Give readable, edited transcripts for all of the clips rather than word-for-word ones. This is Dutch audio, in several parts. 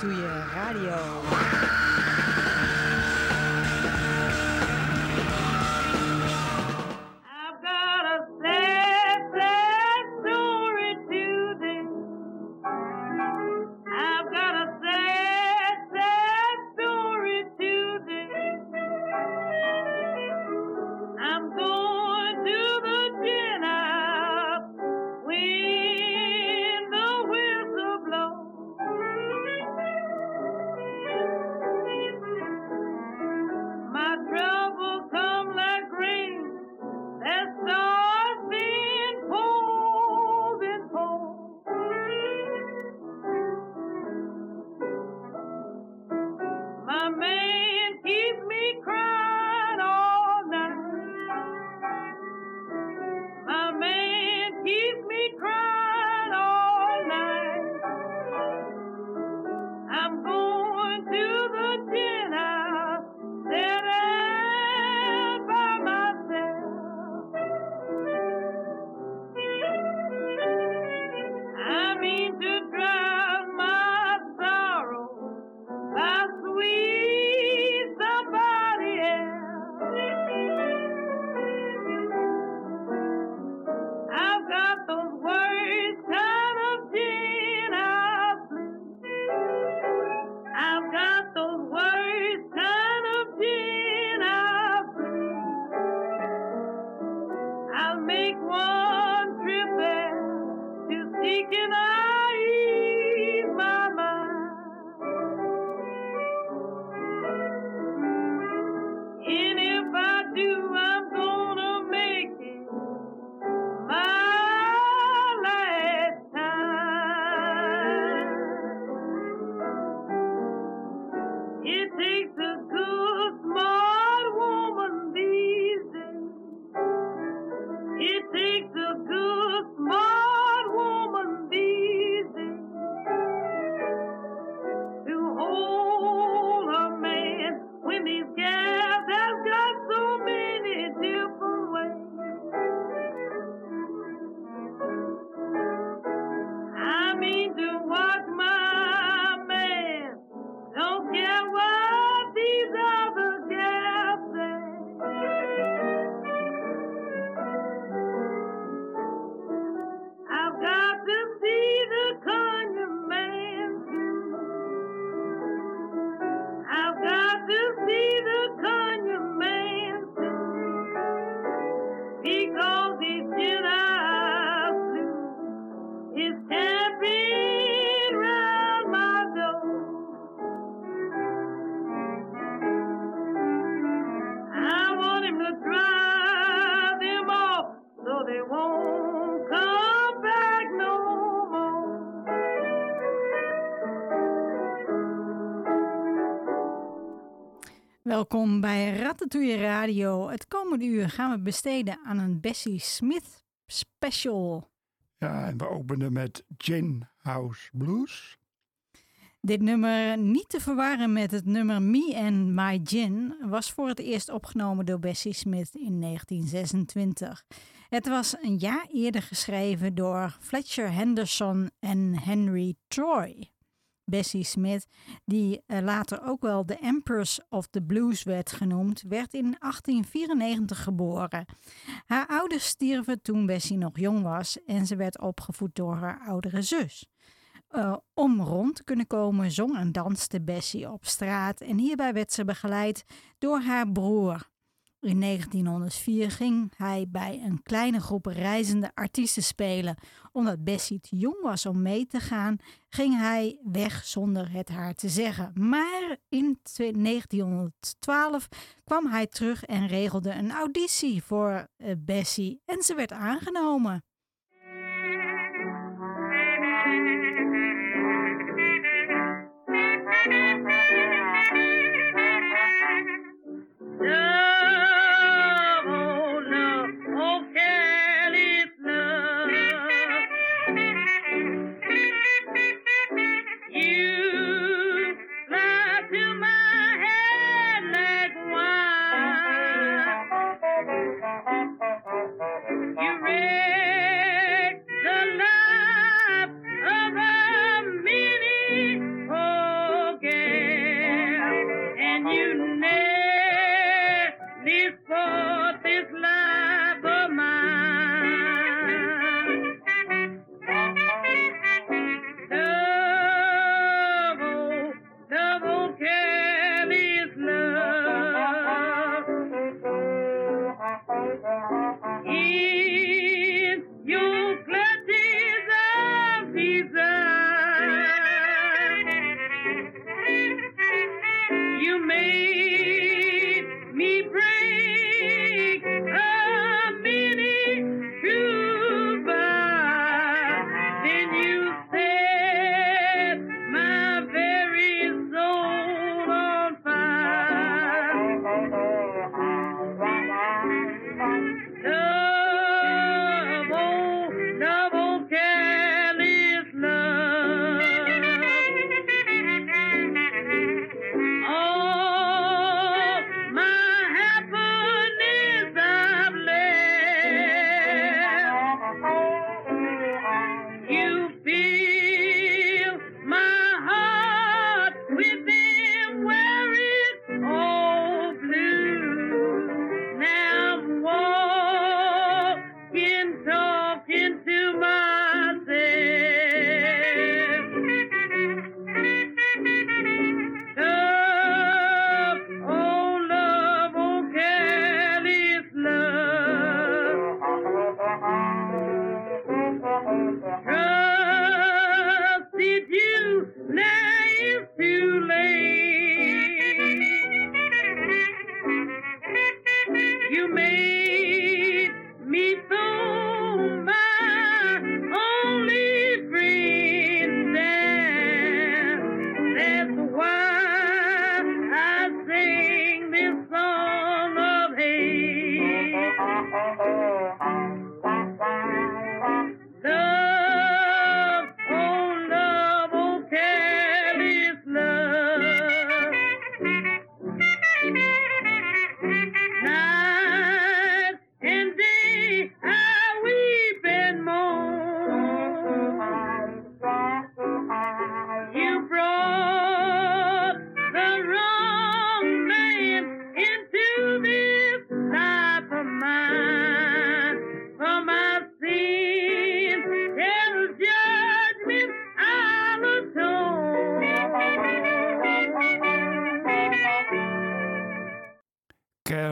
Ratatouille Radio. Welkom bij Ratatouille Radio. Het komende uur gaan we besteden aan een Bessie Smith special. Ja, en we openen met Gin House Blues. Dit nummer, niet te verwarren met het nummer Me and My Gin, was voor het eerst opgenomen door Bessie Smith in 1926. Het was een jaar eerder geschreven door Fletcher Henderson en Henry Troy. Bessie Smith, die later ook wel de Empress of the Blues werd genoemd, werd in 1894 geboren. Haar ouders stierven toen Bessie nog jong was en ze werd opgevoed door haar oudere zus. Om rond te kunnen komen zong en danste Bessie op straat en hierbij werd ze begeleid door haar broer. In 1904 ging hij bij een kleine groep reizende artiesten spelen. Omdat Bessie te jong was om mee te gaan, ging hij weg zonder het haar te zeggen. Maar in 1912 kwam hij terug en regelde een auditie voor Bessie en ze werd aangenomen. You read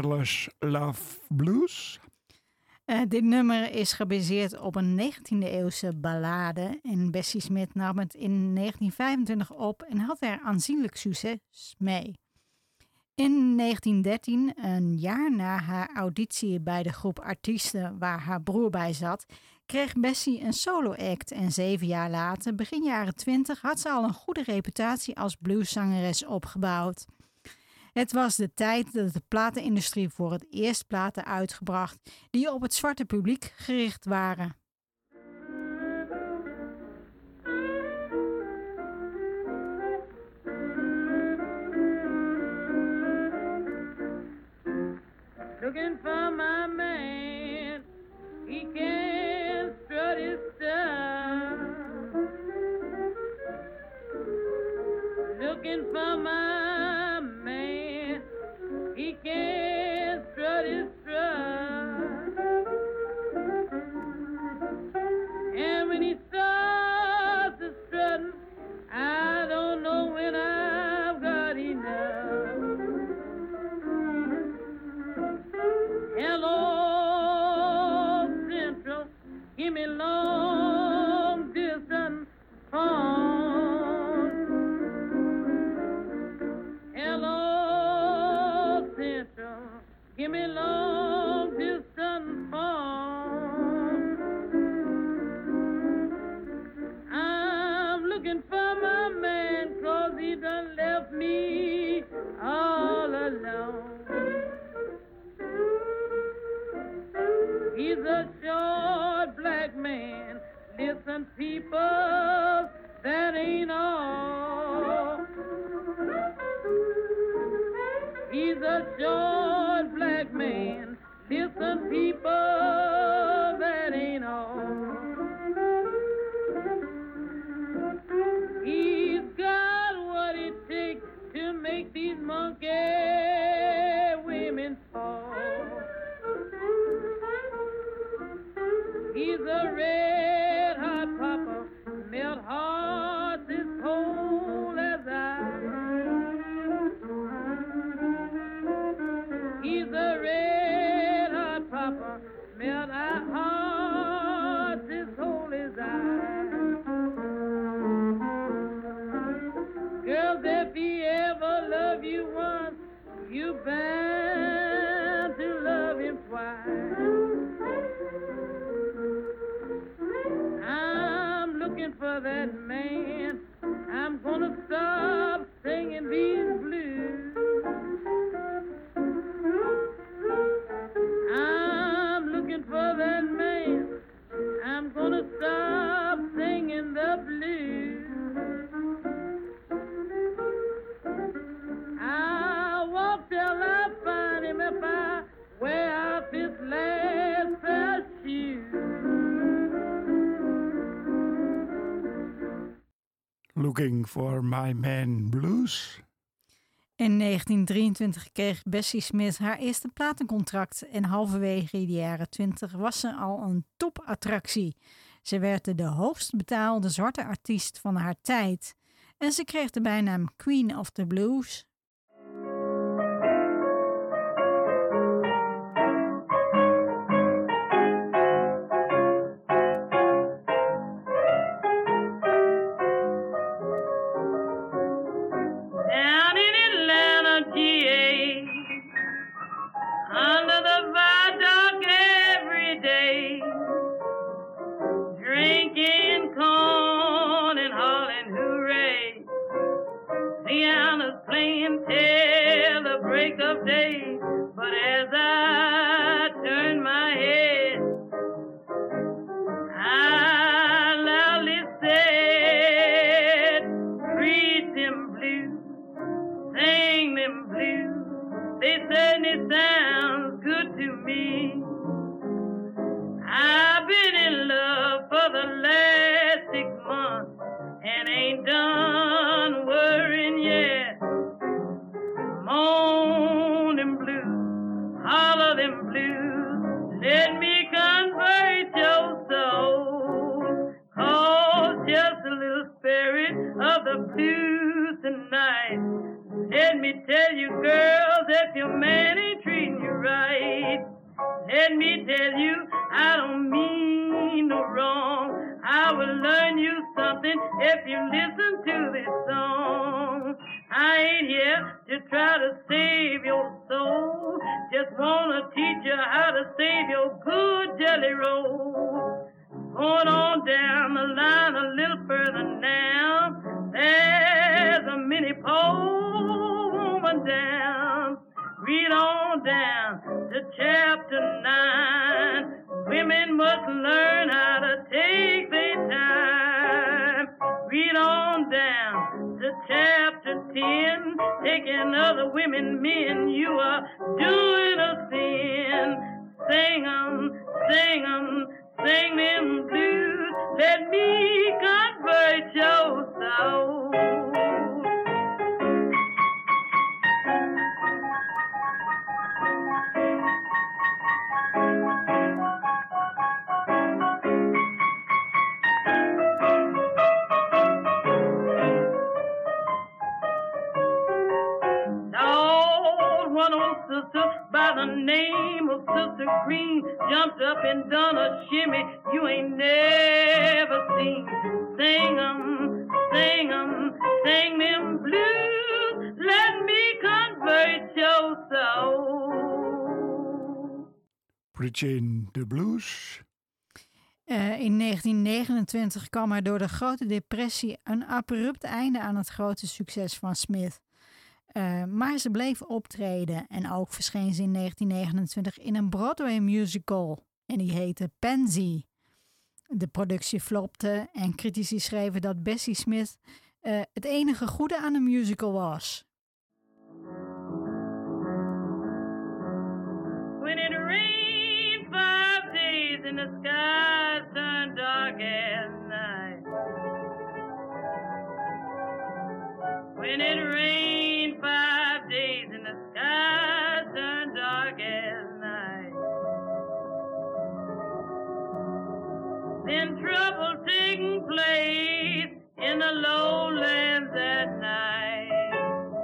Careless Love Blues. Dit nummer is gebaseerd op een 19e-eeuwse ballade en Bessie Smith nam het in 1925 op en had er aanzienlijk succes mee. In 1913, een jaar na haar auditie bij de groep artiesten waar haar broer bij zat, kreeg Bessie een solo-act en 7 jaar later, begin jaren 20, had ze al een goede reputatie als blueszangeres opgebouwd. Het was de tijd dat de platenindustrie voor het eerst platen uitgebracht die op het zwarte publiek gericht waren. Looking for my man, he can't strut his stuff. Looking for my man, he can't strut his stuff. And when he starts to strutting, I don't know when I've got enough. Hello, Central, give me long distance phone. Hello, Central, give me long distance phone. I'm looking for my man 'cause he done left me all alone. He's a short black man. Listen, people, that ain't all. He's a short black man. Listen, people, that ain't all. He's got what it takes to make these monkey women fall. He's a red hot popper, melt hearts as cold as ice. He's a red hot popper, melt hearts as cold as ice. Girls, if he ever loved you once, you bound to love him twice. I'm looking for that man. I'm gonna stop singing these blues. I'm looking for that man. I'm gonna stop singing the blues. I'll walk till I find him if I wear out his last pair of shoes. Looking for My Man Blues. In 1923 kreeg Bessie Smith haar eerste platencontract en halverwege de jaren 20 was ze al een topattractie. Ze werd de hoogst betaalde zwarte artiest van haar tijd en ze kreeg de bijnaam Queen of the Blues. Let me tell you, girls, if your man ain't treating you something if you listen to this song. I ain't here to try to save your soul. Just wanna teach you how to save your good jelly roll. Going on down the line a little further now, there's a mini pole woman down. Read on down to chapter 9. Women must learn how to take their time. Read on down to chapter 10. Taking other women, men, you are doing a sin. Sing 'em, sing 'em, sing them blues. Let me convert your soul. Sister by the name of Sister Green jumped up and done a shimmy you ain't never seen. Sing 'em, sing 'em, sing them blues. Let me convert your soul. Preaching the Blues. In 1929 kwam er door de Grote Depressie een abrupt einde aan het grote succes van Smith. Maar ze bleef optreden en ook verscheen ze in 1929 in een Broadway musical en die heette Pansy. De productie flopte en critici schreven dat Bessie Smith het enige goede aan de musical was. When it rained 5 days and the sky turned dark as night. When it rained 5 days and the sky turned dark as night. Then trouble taking place in the lowlands at night.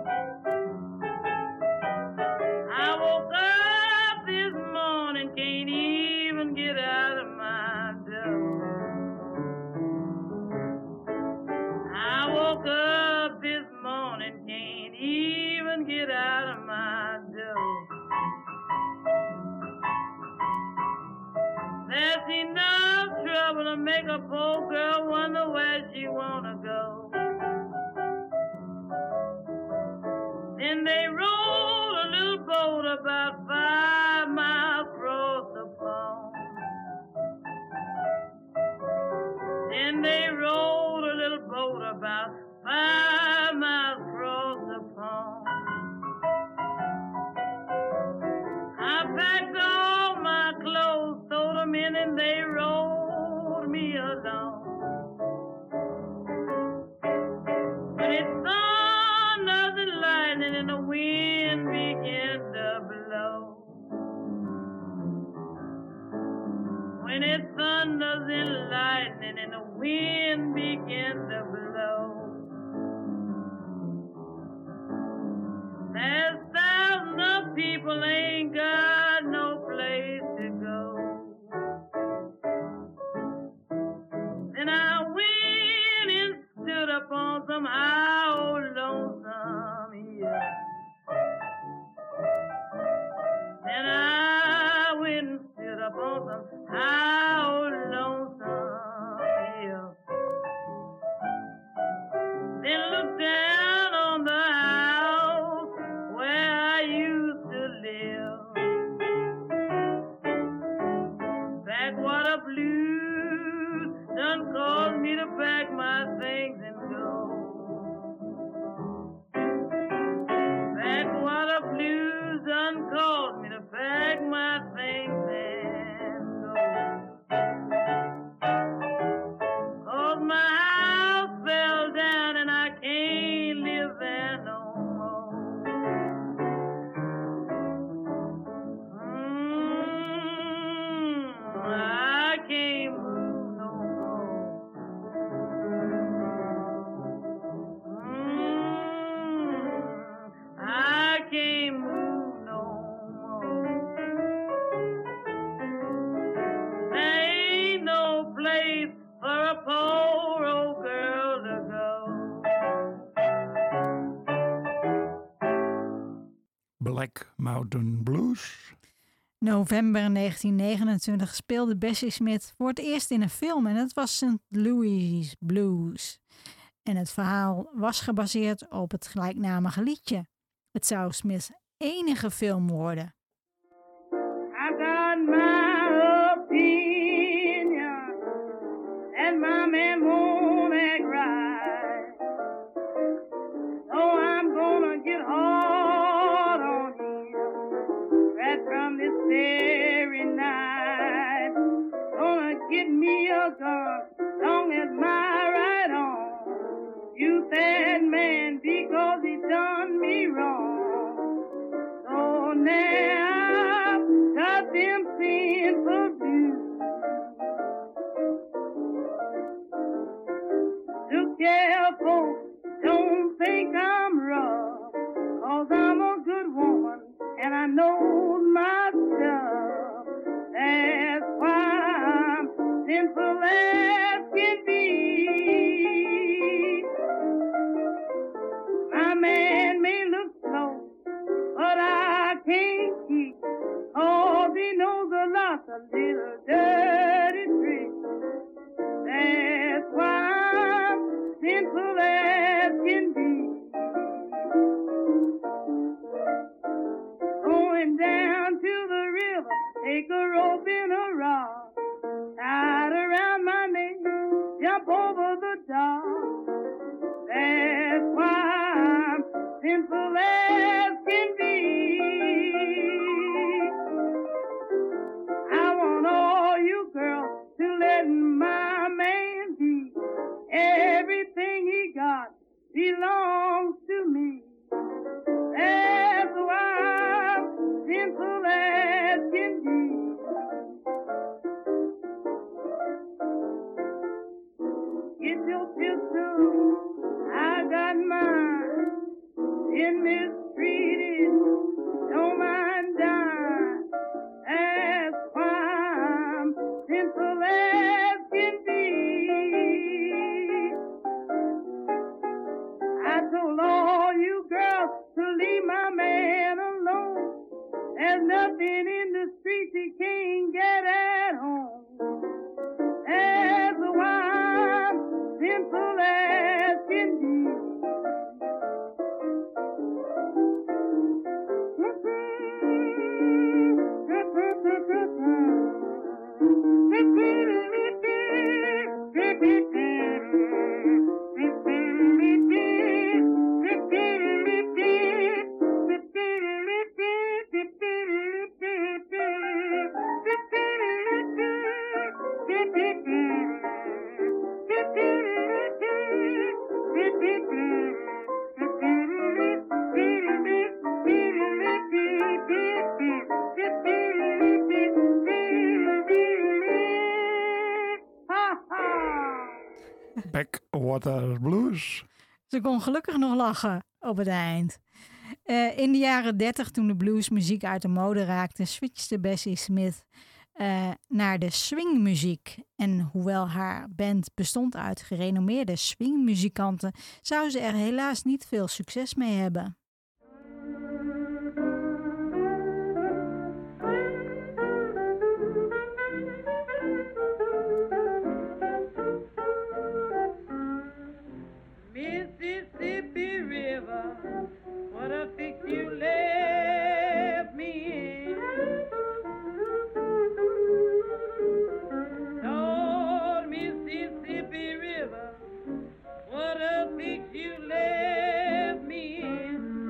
I woke up this morning, can't even get out of my door. I woke up this morning, can't even get out of my door. There's enough trouble to make a poor girl wonder where she wanna go. And they rolled a little boat about 5 miles across the pond. And they rolled a little boat about 5 miles across the pond. I packed all my clothes, threw them in, and they rolled me along. When it thunders and lightning and the wind began to blow. When it thunders and lightning and the wind began to blow. There's thousands of people ain't got no place to go. Then I went and stood up on some high old lonesome hill. Then I went and stood up on some high old lonesome hill. Then looked down on the house where I used to live. Backwater blues done caused me to pack my things and go. Black Mountain Blues. November 1929 speelde Bessie Smith voor het eerst in een film en dat was St. Louis Blues. En het verhaal was gebaseerd op het gelijknamige liedje. Het zou Smith's enige film worden. I got my opinion, and my man won't act right. So I'm gonna get hard on him right from this very night. Gonna get me a gun, long as my right arm. You bad man, because he done me wrong. So now got them sinful blues. Look careful, don't think I'm rough, 'cause I'm a good woman and I know my stuff. That's why I'm sinful as can be. My man may look slow, but I can't keep, 'cause he knows a lot of little dirty tricks. That's why I'm sinful as can be. Going down to the river, take a rope in a rock, tie it around my neck, jump over the dock. That's why I'm sinful as can be. I want all you girls to let my man be. Everything he got belongs to me. That's why I'm sinful as can be. Get your pistol, I got mine. In this street, don't mind dying. That's why I'm sinful as can be. I told all you girls to leave my man alone. There's nothing in the streets he can't get at home. That's why I'm sinful as can be. Backwater Blues. Ze kon gelukkig nog lachen op het eind. In de jaren 30, toen de bluesmuziek uit de mode raakte, switchte Bessie Smith naar de swingmuziek. En hoewel haar band bestond uit gerenommeerde swingmuzikanten, zou ze er helaas niet veel succes mee hebben. Mississippi River, what a fix you left me in. Lord, Mississippi River, what a fix you left me in.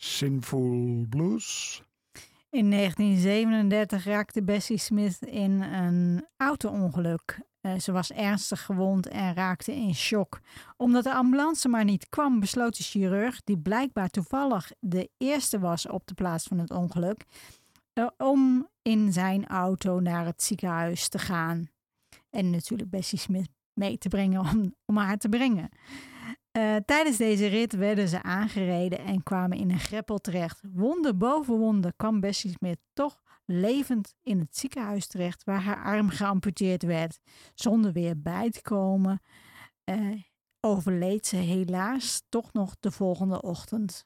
Sinful Blues. In 1937 raakte Bessie Smith in een auto-ongeluk. Ze was ernstig gewond en raakte in shock. Omdat de ambulance maar niet kwam, besloot de chirurg, die blijkbaar toevallig de eerste was op de plaats van het ongeluk, om in zijn auto naar het ziekenhuis te gaan. En natuurlijk Bessie Smith mee te brengen om haar te brengen. Tijdens deze rit werden ze aangereden en kwamen in een greppel terecht. Wonde boven wonde kwam Bessie Smith toch levend in het ziekenhuis terecht, waar haar arm geamputeerd werd. Zonder weer bij te komen, overleed ze helaas toch nog de volgende ochtend.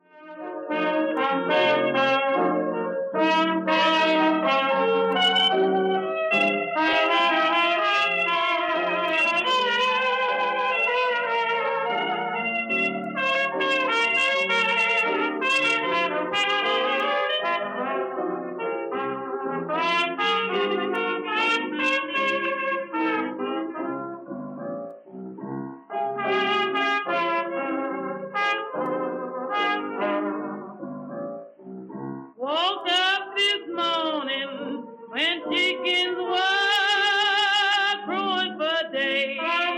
Woke up this morning when chickens were crowing for day.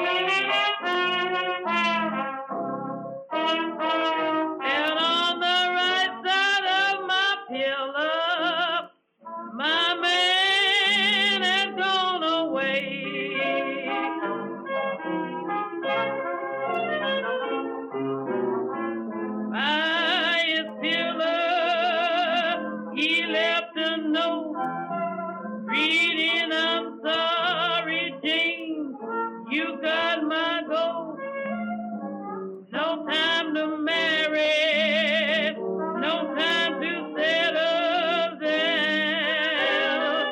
And on the right side of my pillow, my man had gone away. By his pillow, he left a note reading, "I'm sorry, Jane, you got my gold. No time to marry, no time to settle down.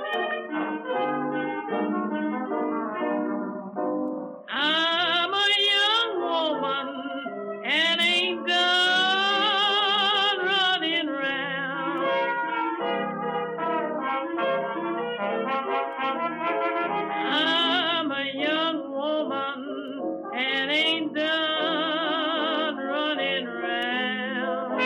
I'm a young woman and ain't done running round. I'm a young woman and ain't done running round.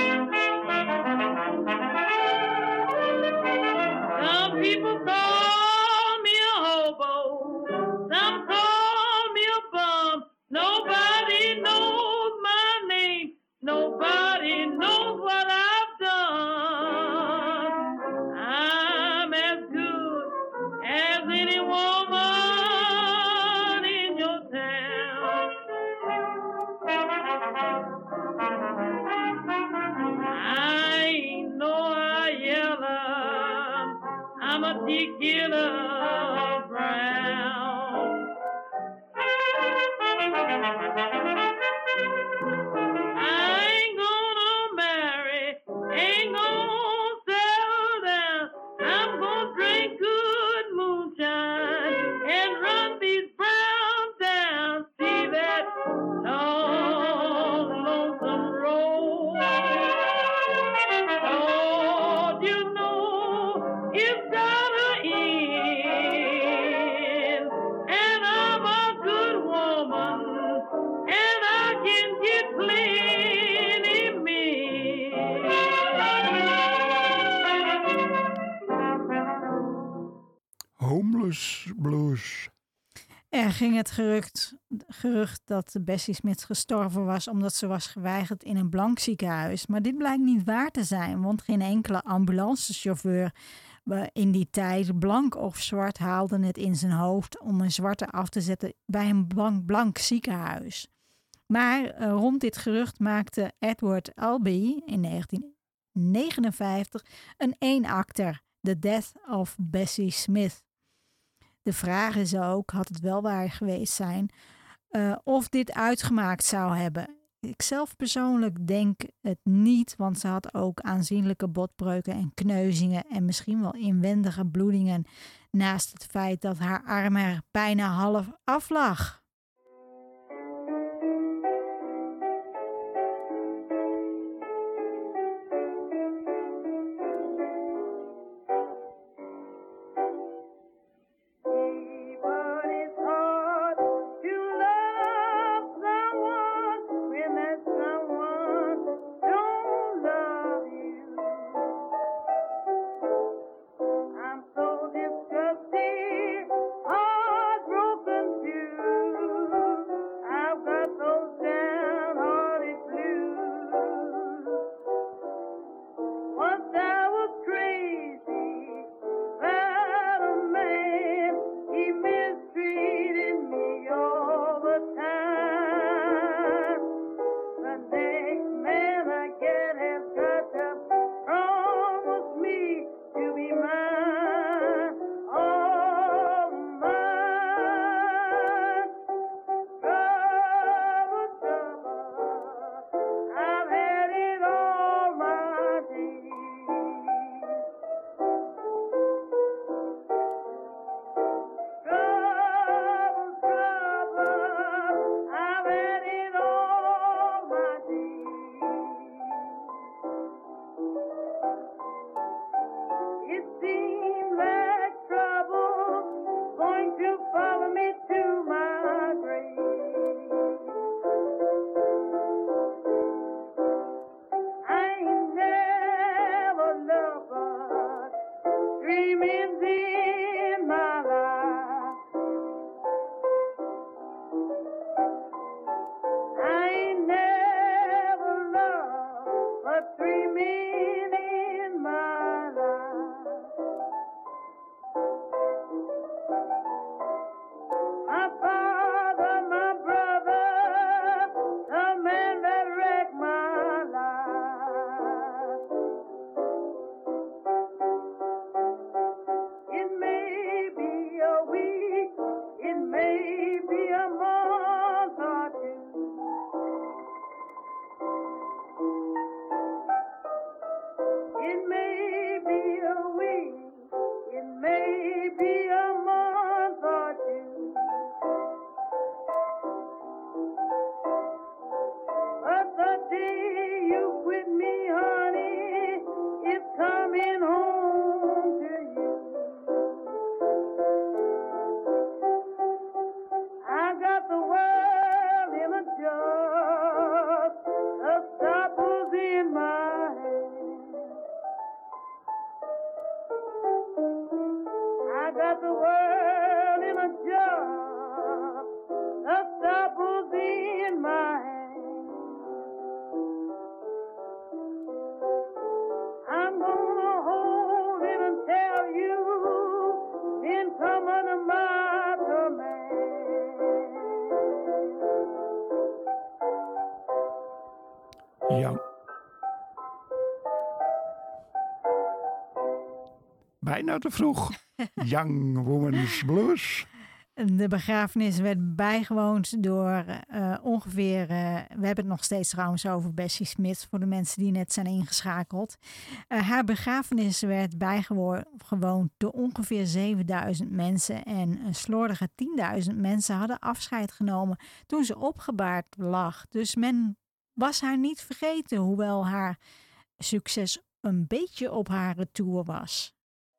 Some people call me a hobo, some call me a bum. Nobody knows my name, nobody knows what I've done. I'm as good as any woman in your town. I ain't no yellow, I'm a tequila brown. I ain't gonna marry, ain't gonna settle down. I'm gonna drink good moonshine and run these brown down. See that long, lonesome road. Lord, you know it's gotta end. And I'm a good woman, and I can get plenty men. Homeless Blues. Er ging het gerucht dat Bessie Smith gestorven was omdat ze was geweigerd in een blank ziekenhuis. Maar dit blijkt niet waar te zijn, want geen enkele ambulancechauffeur in die tijd, blank of zwart, haalde het in zijn hoofd om een zwarte af te zetten bij een blank ziekenhuis. Maar rond dit gerucht maakte Edward Albee in 1959 een eenakter, The Death of Bessie Smith. De vraag is ook, had het wel waar geweest zijn, of dit uitgemaakt zou hebben. Ik zelf persoonlijk denk het niet, want ze had ook aanzienlijke botbreuken en kneuzingen en misschien wel inwendige bloedingen, naast het feit dat haar arm er bijna half af lag. But it's hard to love someone when that someone don't love Ja. Bijna te vroeg. Young Woman's Blues. De begrafenis werd bijgewoond door ongeveer... we hebben het nog steeds trouwens over Bessie Smith... voor de mensen die net zijn ingeschakeld. Haar begrafenis werd bijgewoond door ongeveer 7000 mensen... en een slordige 10.000 mensen hadden afscheid genomen... toen ze opgebaard lag. Dus men was haar niet vergeten... hoewel haar succes een beetje op haar retour was.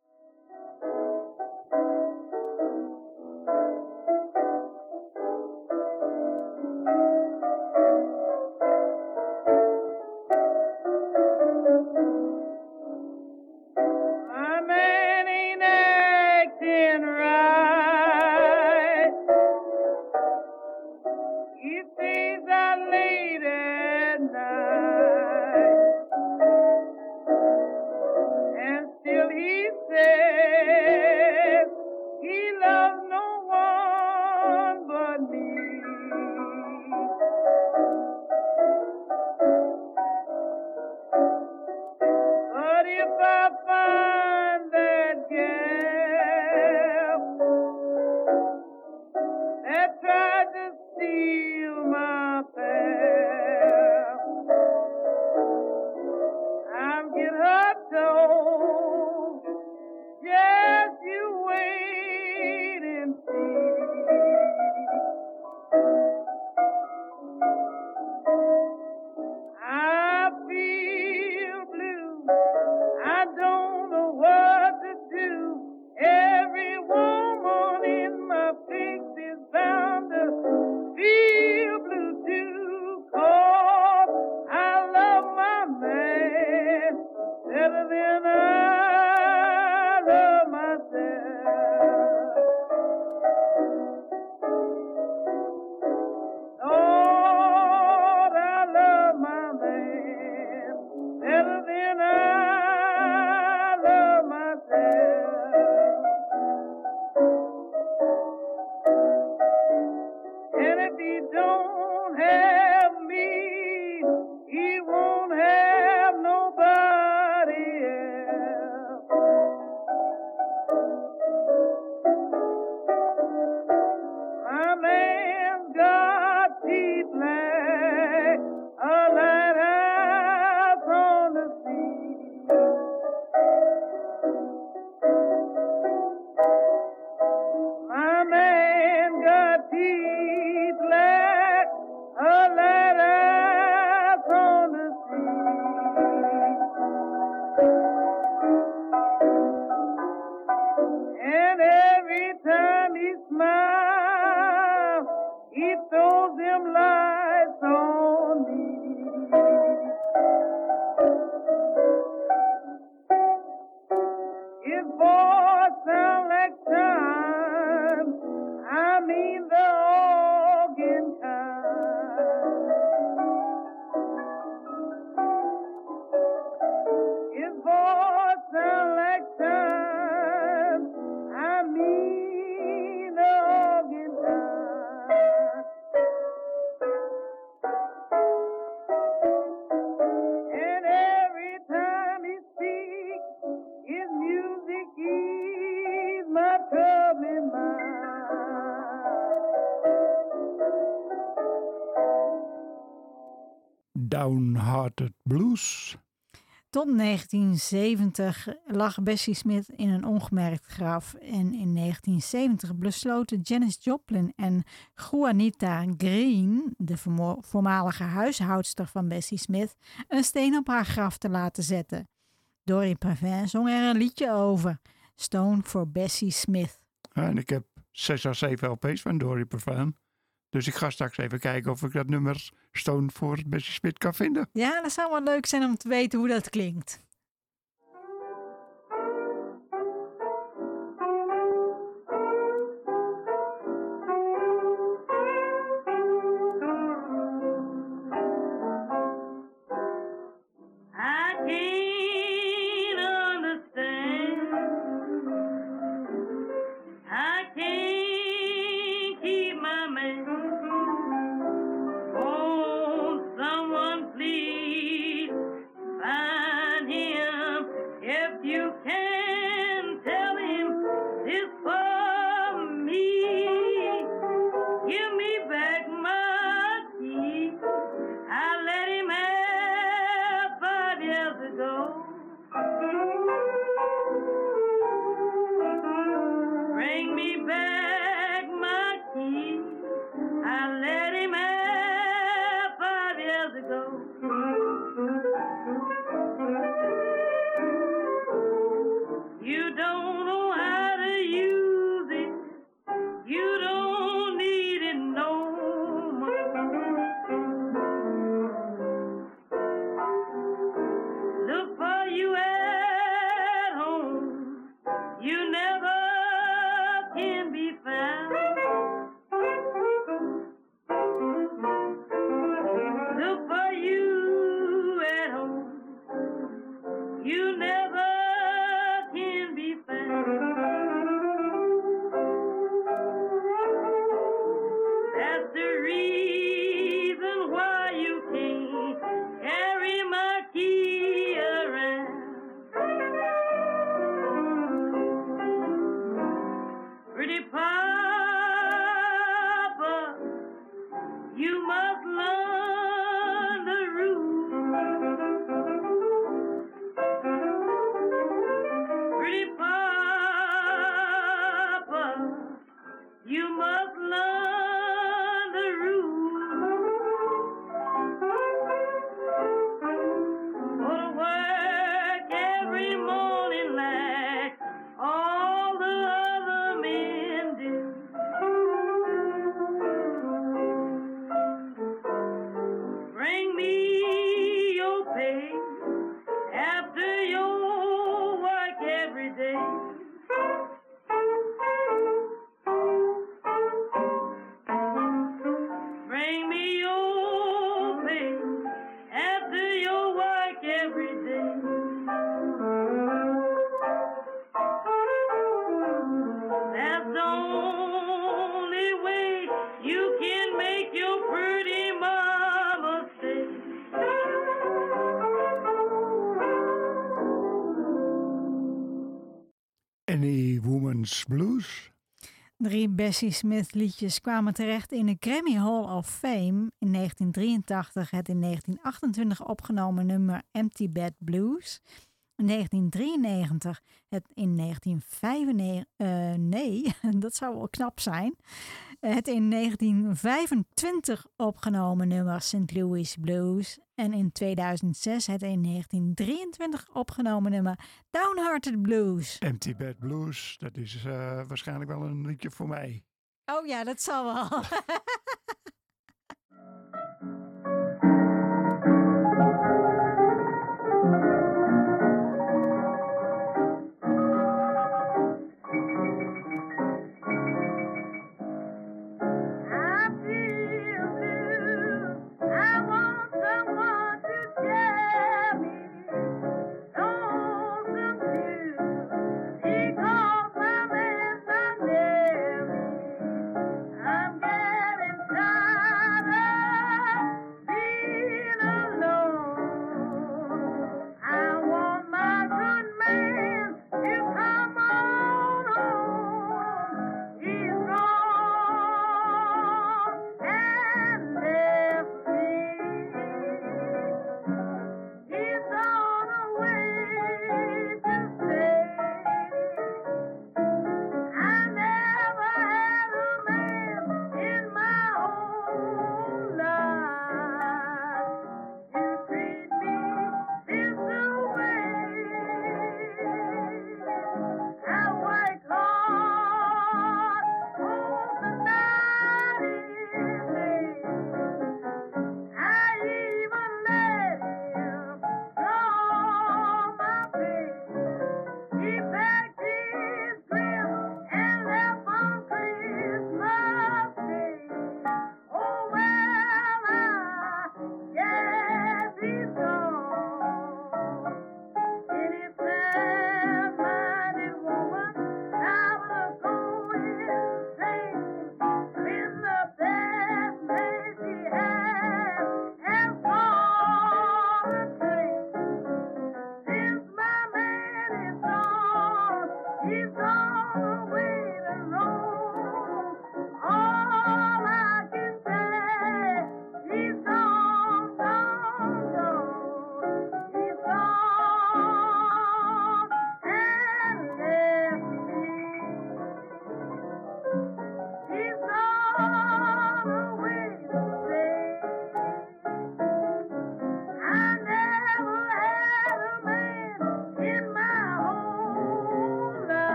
Downhearted Blues. Tot 1970 lag Bessie Smith in een ongemerkt graf en in 1970 besloten Janis Joplin en Juanita Green, de voormalige huishoudster van Bessie Smith, een steen op haar graf te laten zetten. Dory Parvin zong er een liedje over, Stone for Bessie Smith. En ik heb 6 of 7 LP's van Dory Parvin. Dus ik ga straks even kijken of ik dat nummer Stone voor Bessie Smith kan vinden. Ja, dat zou wel leuk zijn om te weten hoe dat klinkt. Someone please You don't know how to use it. You don't need it no more. Look for you at home. You never can be found. Look for you at home. You never can be found. That's the reason why you can't carry my key around. Pretty Papa, you must learn the rules. Pretty Papa, you must learn the rules. Go to work every morning like all the other men do. Bring me your pay after your work every day. Bring me your pay after your work every day. That's the only way you can make your pretty mama stay. Any Woman's Blues? 3 Bessie Smith liedjes kwamen terecht in de Grammy Hall of Fame. In 1983 het in 1928 opgenomen nummer Empty Bed Blues. In 1993 het in 1995... nee, dat zou wel knap zijn. Het in 1925 opgenomen nummer St. Louis Blues. En in 2006 het in 1923 opgenomen nummer Downhearted Blues. Empty Bed Blues, dat is waarschijnlijk wel een liedje voor mij. Oh ja, dat zal wel. I feel blue. I want someone to tell me. Lonesome too. Because my man's not near me. I'm getting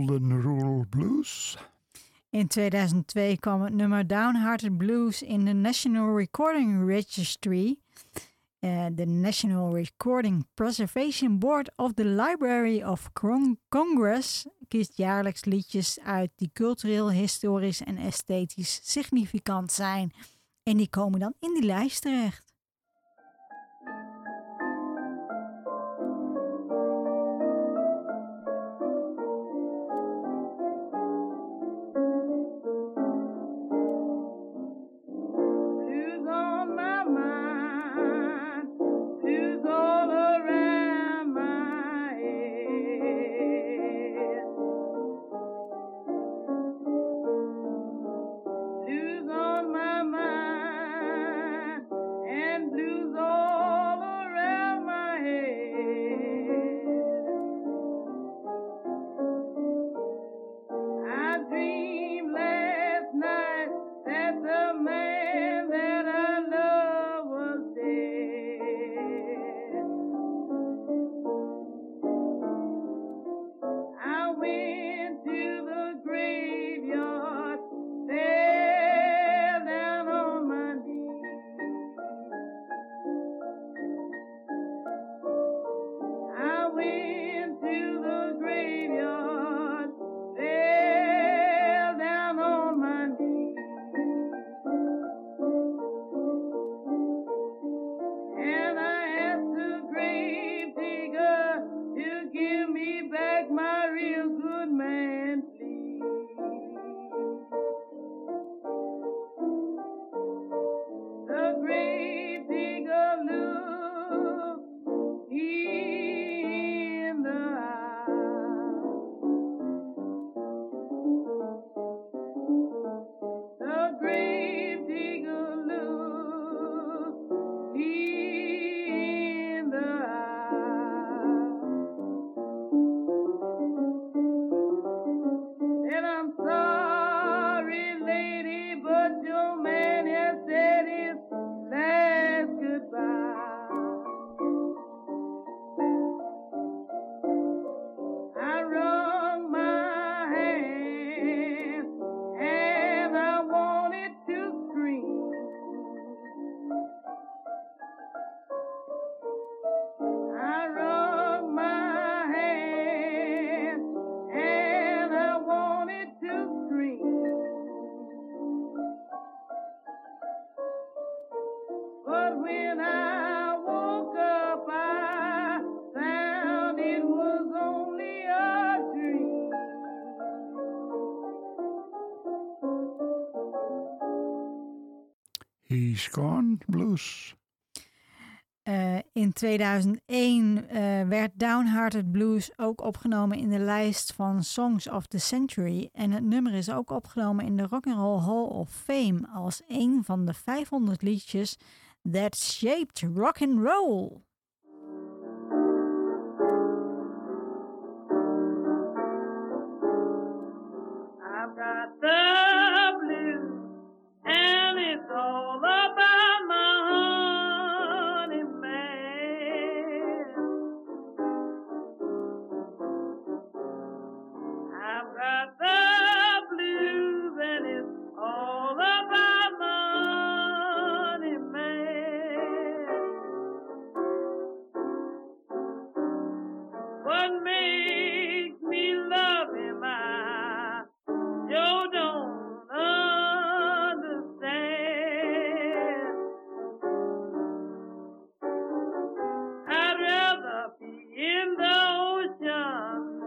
Golden Rule Blues. In 2002 kwam het nummer Downhearted Blues in de National Recording Registry. De National Recording Preservation Board of the Library of Congress kiest jaarlijks liedjes uit die cultureel, historisch en esthetisch significant zijn. En die komen dan in die lijst terecht. He's Gone Blues. In 2001 werd Downhearted Blues ook opgenomen in de lijst van Songs of the Century. En het nummer is ook opgenomen in de Rock and Roll Hall of Fame als een van de 500 liedjes that shaped rock and roll. I've got the blues, and it's all about my honey man. I've got the blues, and it's all about my honey man. What makes me love him, you don't understand. I'd rather be in the ocean,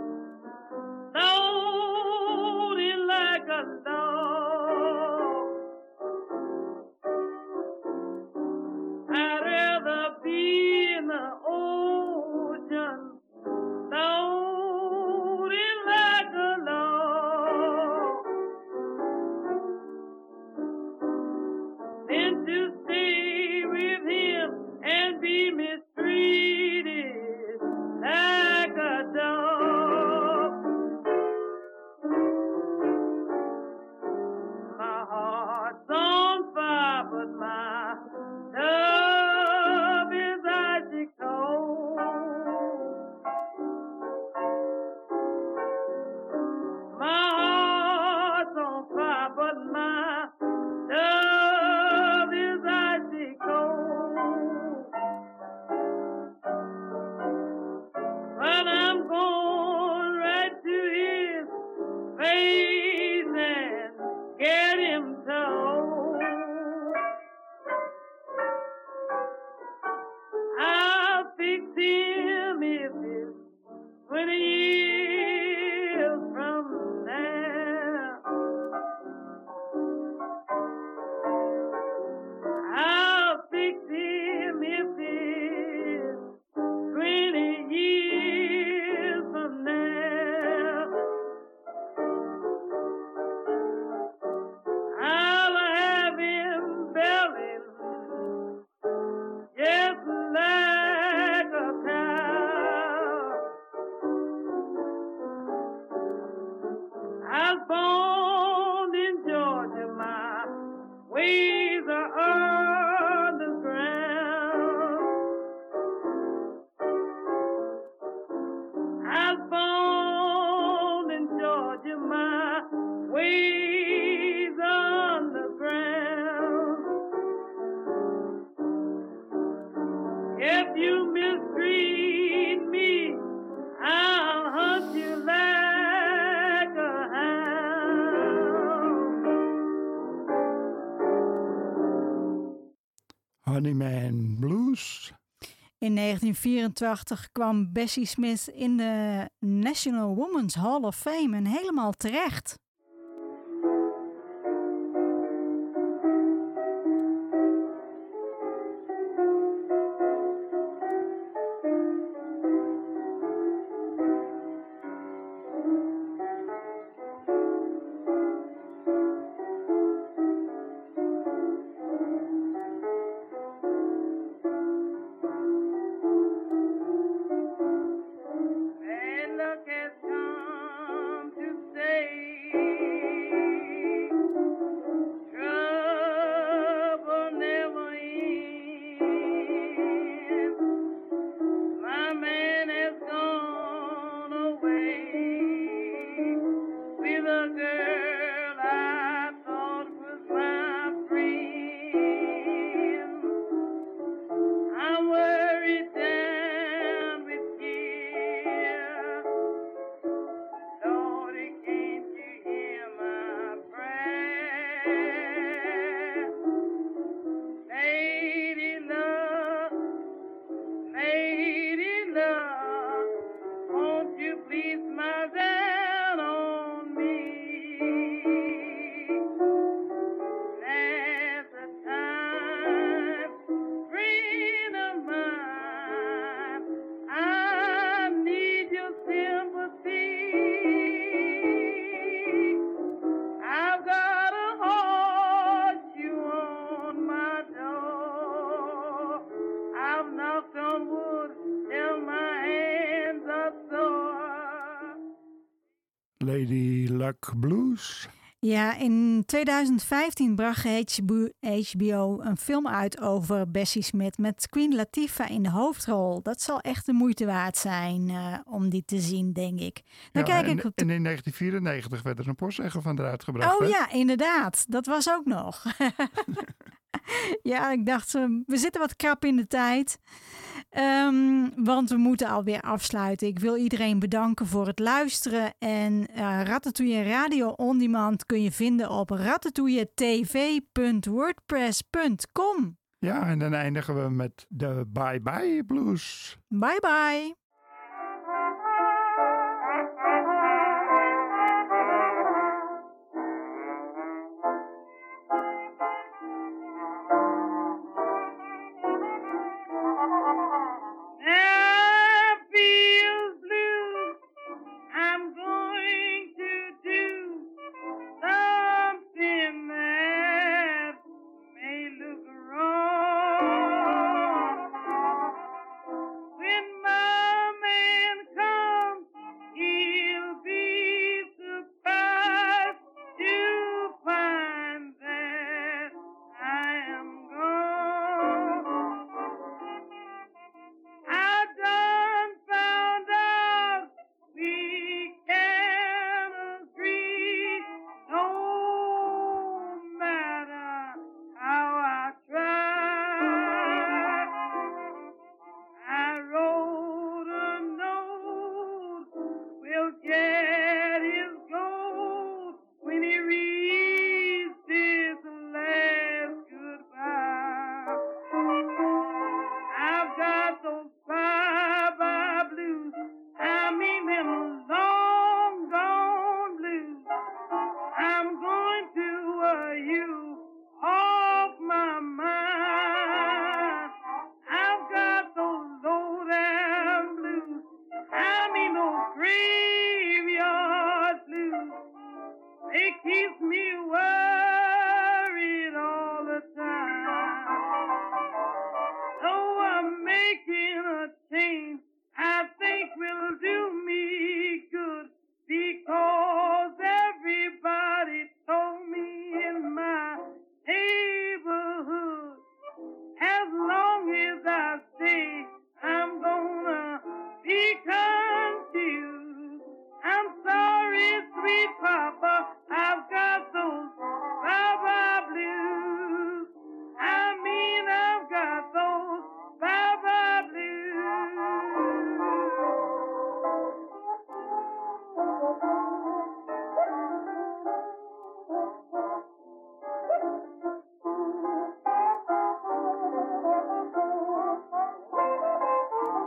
floating like a dog. I'd rather be in the ocean, floating like a log, than to stay with him and be mistreated like a dog. My heart's on fire, but my love is icy cold. was born in Georgia, my ways are underground. I was born in Georgia, my ways are underground. If you mistreat me, I'll hunt you like a hound. Honeyman Blues. In 1984 kwam Bessie Smith in de National Women's Hall of Fame en helemaal terecht. And luck has come to stay. Trouble never ends. My man has gone away with a girl I thought was my friend. I'm worried down with fear. Lordy, can't you hear my prayer? Lady love, won't you please smile down on me? There's a time, friend of mine, I need your sympathy. I've got a horseshoe on my door. I've knocked on wood till my hands are sore. Lady Luck Blues. Ja, in 2015 bracht HBO een film uit over Bessie Smith met Queen Latifah in de hoofdrol. Dat zal echt de moeite waard zijn om die te zien, denk ik. Dan Ja, kijk en, ik op en in 1994 werd er een postzegel van eruit gebracht. Oh hè? ja, inderdaad. Dat was ook nog. Ja, ik dacht, we zitten wat krap in de tijd. Want we moeten alweer afsluiten. Ik wil iedereen bedanken voor het luisteren. En Ratatouille Radio On Demand kun je vinden op ratatouilletv.wordpress.com. Ja, en dan eindigen we met de Bye Bye Blues. Bye bye. Now feels blue. I'm going to do something that may look wrong. When my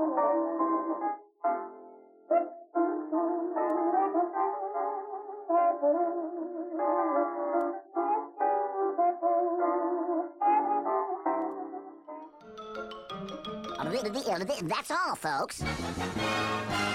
That's all, folks.